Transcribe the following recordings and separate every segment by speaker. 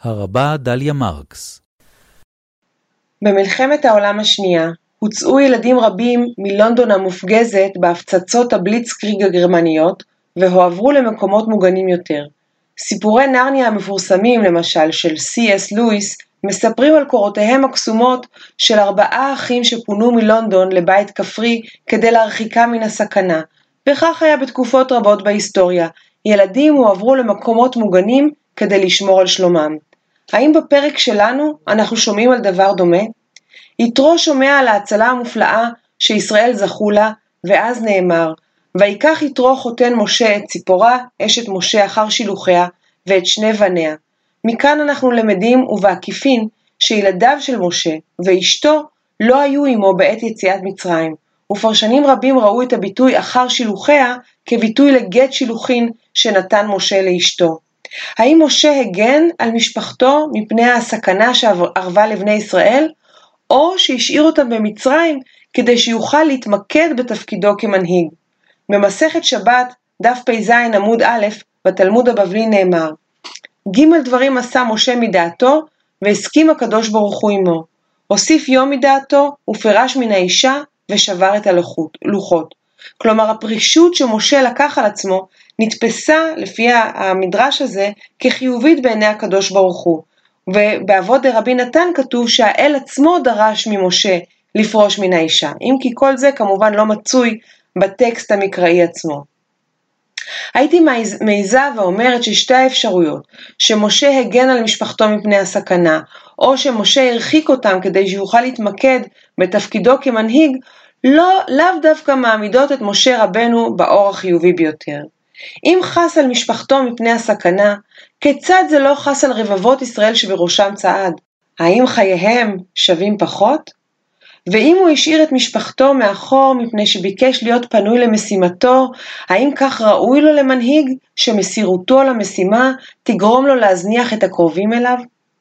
Speaker 1: הרבה דליה מרקס.
Speaker 2: במלחמת העולם השנייה הוצאו ילדים רבים מלונדון המופגזת בהפצצות הבליצקריג הגרמניות והועברו למקומות מוגנים יותר. סיפורי נרניה המפורסמים למשל של C.S. לואיס מספרים על קורותיהם הקסומות של 4 אחים שפונו מלונדון לבית כפרי כדי להרחיקה מן הסכנה, וכך היה בתקופות רבות בהיסטוריה. ילדים הועברו למקומות מוגנים כדי לשמור על שלומם. האם בפרק שלנו אנחנו שומעים על דבר דומה? יתרו שומע על ההצלה המופלאה שישראל זכו לה, ואז נאמר, ויקח יתרו חותן משה את ציפורה, אשת משה אחר שילוחיה, ואת 2 בניה. מכאן אנחנו למדים ובעקיפין שילדיו של משה ואשתו לא היו עמו בעת יציאת מצרים, ופרשנים רבים ראו את הביטוי אחר שילוחיה כביטוי לגט שילוחין שנתן משה לאשתו. האם משה הגן על משפחתו מפני הסכנה שערבה לבני ישראל, או שהשאיר אותם במצרים כדי שיוכל להתמקד בתפקידו כמנהיג? במסכת שבת, דף פ"ז עמוד א', בתלמוד הבבלי נאמר, ג' דברים עשה משה מדעתו, והסכים הקדוש ברוך הוא עמו. הוסיף יום מדעתו, ופרש מן האישה, ושבר את הלוחות. כלומר, הפרישות שמשה לקח על עצמו, נתפסה לפי המדרש הזה, כחיובית בעיני הקדוש ברוך הוא. ובעבוד דרבי נתן כתוב שהאל עצמו דרש ממשה לפרוש מן האישה. אם כי כל זה כמובן לא מצוי בטקסט המקראי עצמו. הייתי מעיזה ואומרת ששתי האפשרויות, שמשה הגן על משפחתו מפני הסכנה, או שמשה הרחיק אותם כדי שיוכל להתמקד בתפקידו כמנהיג, לאו דווקא מעמידות את משה רבנו באור החיובי ביותר. אם חס על משפחתו מפני הסכנה, כיצד זה לא חס על רבבות ישראל שבראשם צעד? האם חייהם שווים פחות? ואם הוא השאיר את משפחתו מאחור מפני שביקש להיות פנוי למשימתו, האם כך ראוי לו למנהיג שמסירותו למשימה תגרום לו להזניח את הקרובים אליו?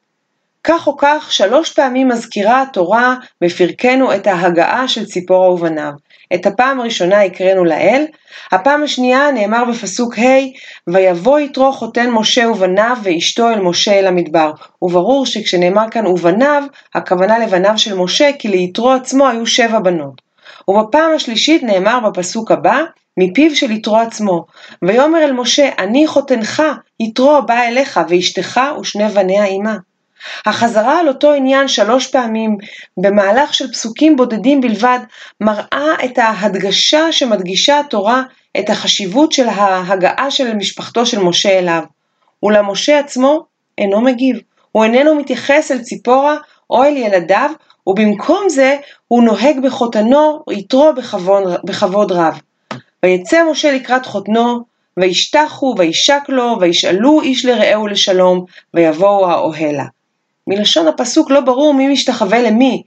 Speaker 2: כך או כך 3 פעמים מזכירה התורה בפרקנו את ההגעה של ציפורה ובניו. את הפעם הראשונה הקראנו לאל, הפעם השנייה נאמר בפסוק ה' ויבוא יתרו חותן משה ובניו ואשתו אל משה אל המדבר. וברור שכשנאמר כאן ובניו, הכוונה לבניו של משה, כי ליתרו עצמו היו 7 בנות. ובפעם השלישית נאמר בפסוק הבא, מפיו של יתרו עצמו, ויאמר אל משה, אני חותנך, יתרו בא אליך ואשתך ו2 בניה עמה. החזרה על אותו עניין 3 פעמים במהלך של פסוקים בודדים בלבד מראה את ההדגשה שמדגישה התורה את החשיבות של ההגעה של משפחתו של משה אליו. ולמשה עצמו אינו מגיב, הוא איננו מתייחס אל ציפורה או אל ילדיו, ובמקום זה הוא נוהג בחותנו יתרו בכבוד רב. ויצא משה לקראת חותנו, וישתחו וישק לו, וישאלו איש לרעהו לשלום, ויבואו האוהלה. מלשון הפסוק לא ברור מי משתחווה למי,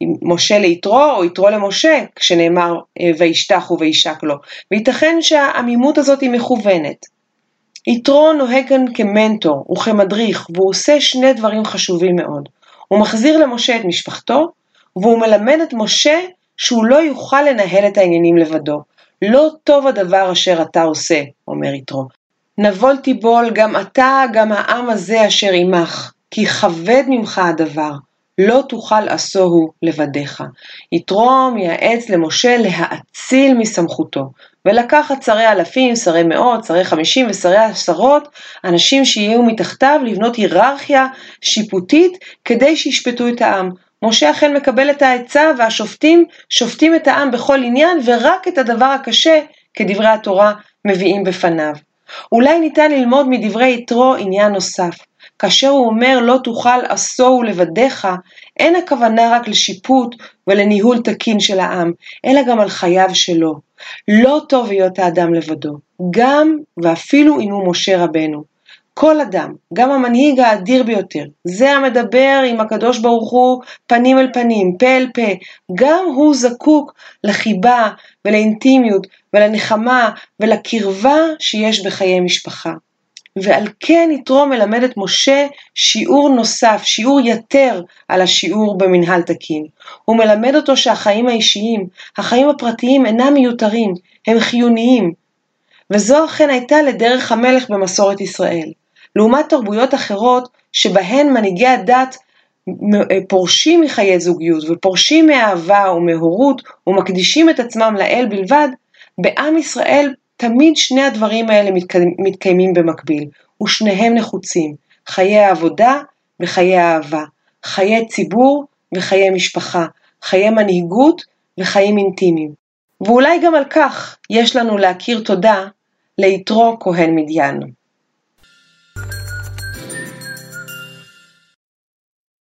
Speaker 2: משה ליתרו או יתרו למשה, כשנאמר וישתחו וישק לו, וייתכן שהעמימות הזאת היא מכוונת. יתרו נוהג כאן כמנטור וכמדריך, והוא עושה 2 דברים חשובים מאוד. הוא מחזיר למשה את משפחתו, והוא מלמד את משה שהוא לא יוכל לנהל את העניינים לבדו. לא טוב הדבר אשר אתה עושה, אומר יתרו. נבול תיבול גם אתה, גם העם הזה אשר עמך. כי כבד ממך הדבר, לא תוכל עשוהו לבדיך. יתרו מייעץ למשה להאציל מסמכותו, ולקחת שרי אלפים, שרי מאות, שרי 50 ושרי עשרות, אנשים שיהיו מתחתיו לבנות היררכיה שיפוטית כדי שישפטו את העם. משה אכן מקבל את העצה והשופטים שופטים את העם בכל עניין, ורק את הדבר הקשה כדברי התורה מביאים בפניו. אולי ניתן ללמוד מדברי יתרו עניין נוסף. כאשר הוא אומר לא תוכל עשוהו לבדיך, אין הכוונה רק לשיפוט ולניהול תקין של העם, אלא גם על חייו שלו. לא טוב להיות האדם לבדו, גם ואפילו אם הוא משה רבנו. כל אדם, גם המנהיג האדיר ביותר, זה המדבר עם הקדוש ברוך הוא פנים אל פנים, פה אל פה, גם הוא זקוק לחיבה ולאינטימיות ולנחמה ולקרבה שיש בחיי משפחה. ועל כן יתרו מלמד את משה שיעור נוסף, שיעור יתר על השיעור במנהל תקין. הוא מלמד אותו שהחיים האישיים, החיים הפרטיים אינם מיותרים, הם חיוניים. וזו אכן הייתה לדרך המלך במסורת ישראל. לעומת תרבויות אחרות שבהן מנהיגי הדת פורשים מחיי זוגיות ופורשים מאהבה ומהורות ומקדישים את עצמם לאל בלבד, בעם ישראל תמיד שני הדברים האלה מתקיימים במקביל, ושניהם נחוצים, חיי העבודה וחיי האהבה, חיי ציבור וחיי משפחה, חיי מנהיגות וחיים אינטימיים. ואולי גם על כך יש לנו להכיר תודה ליתרו כהן מדיין.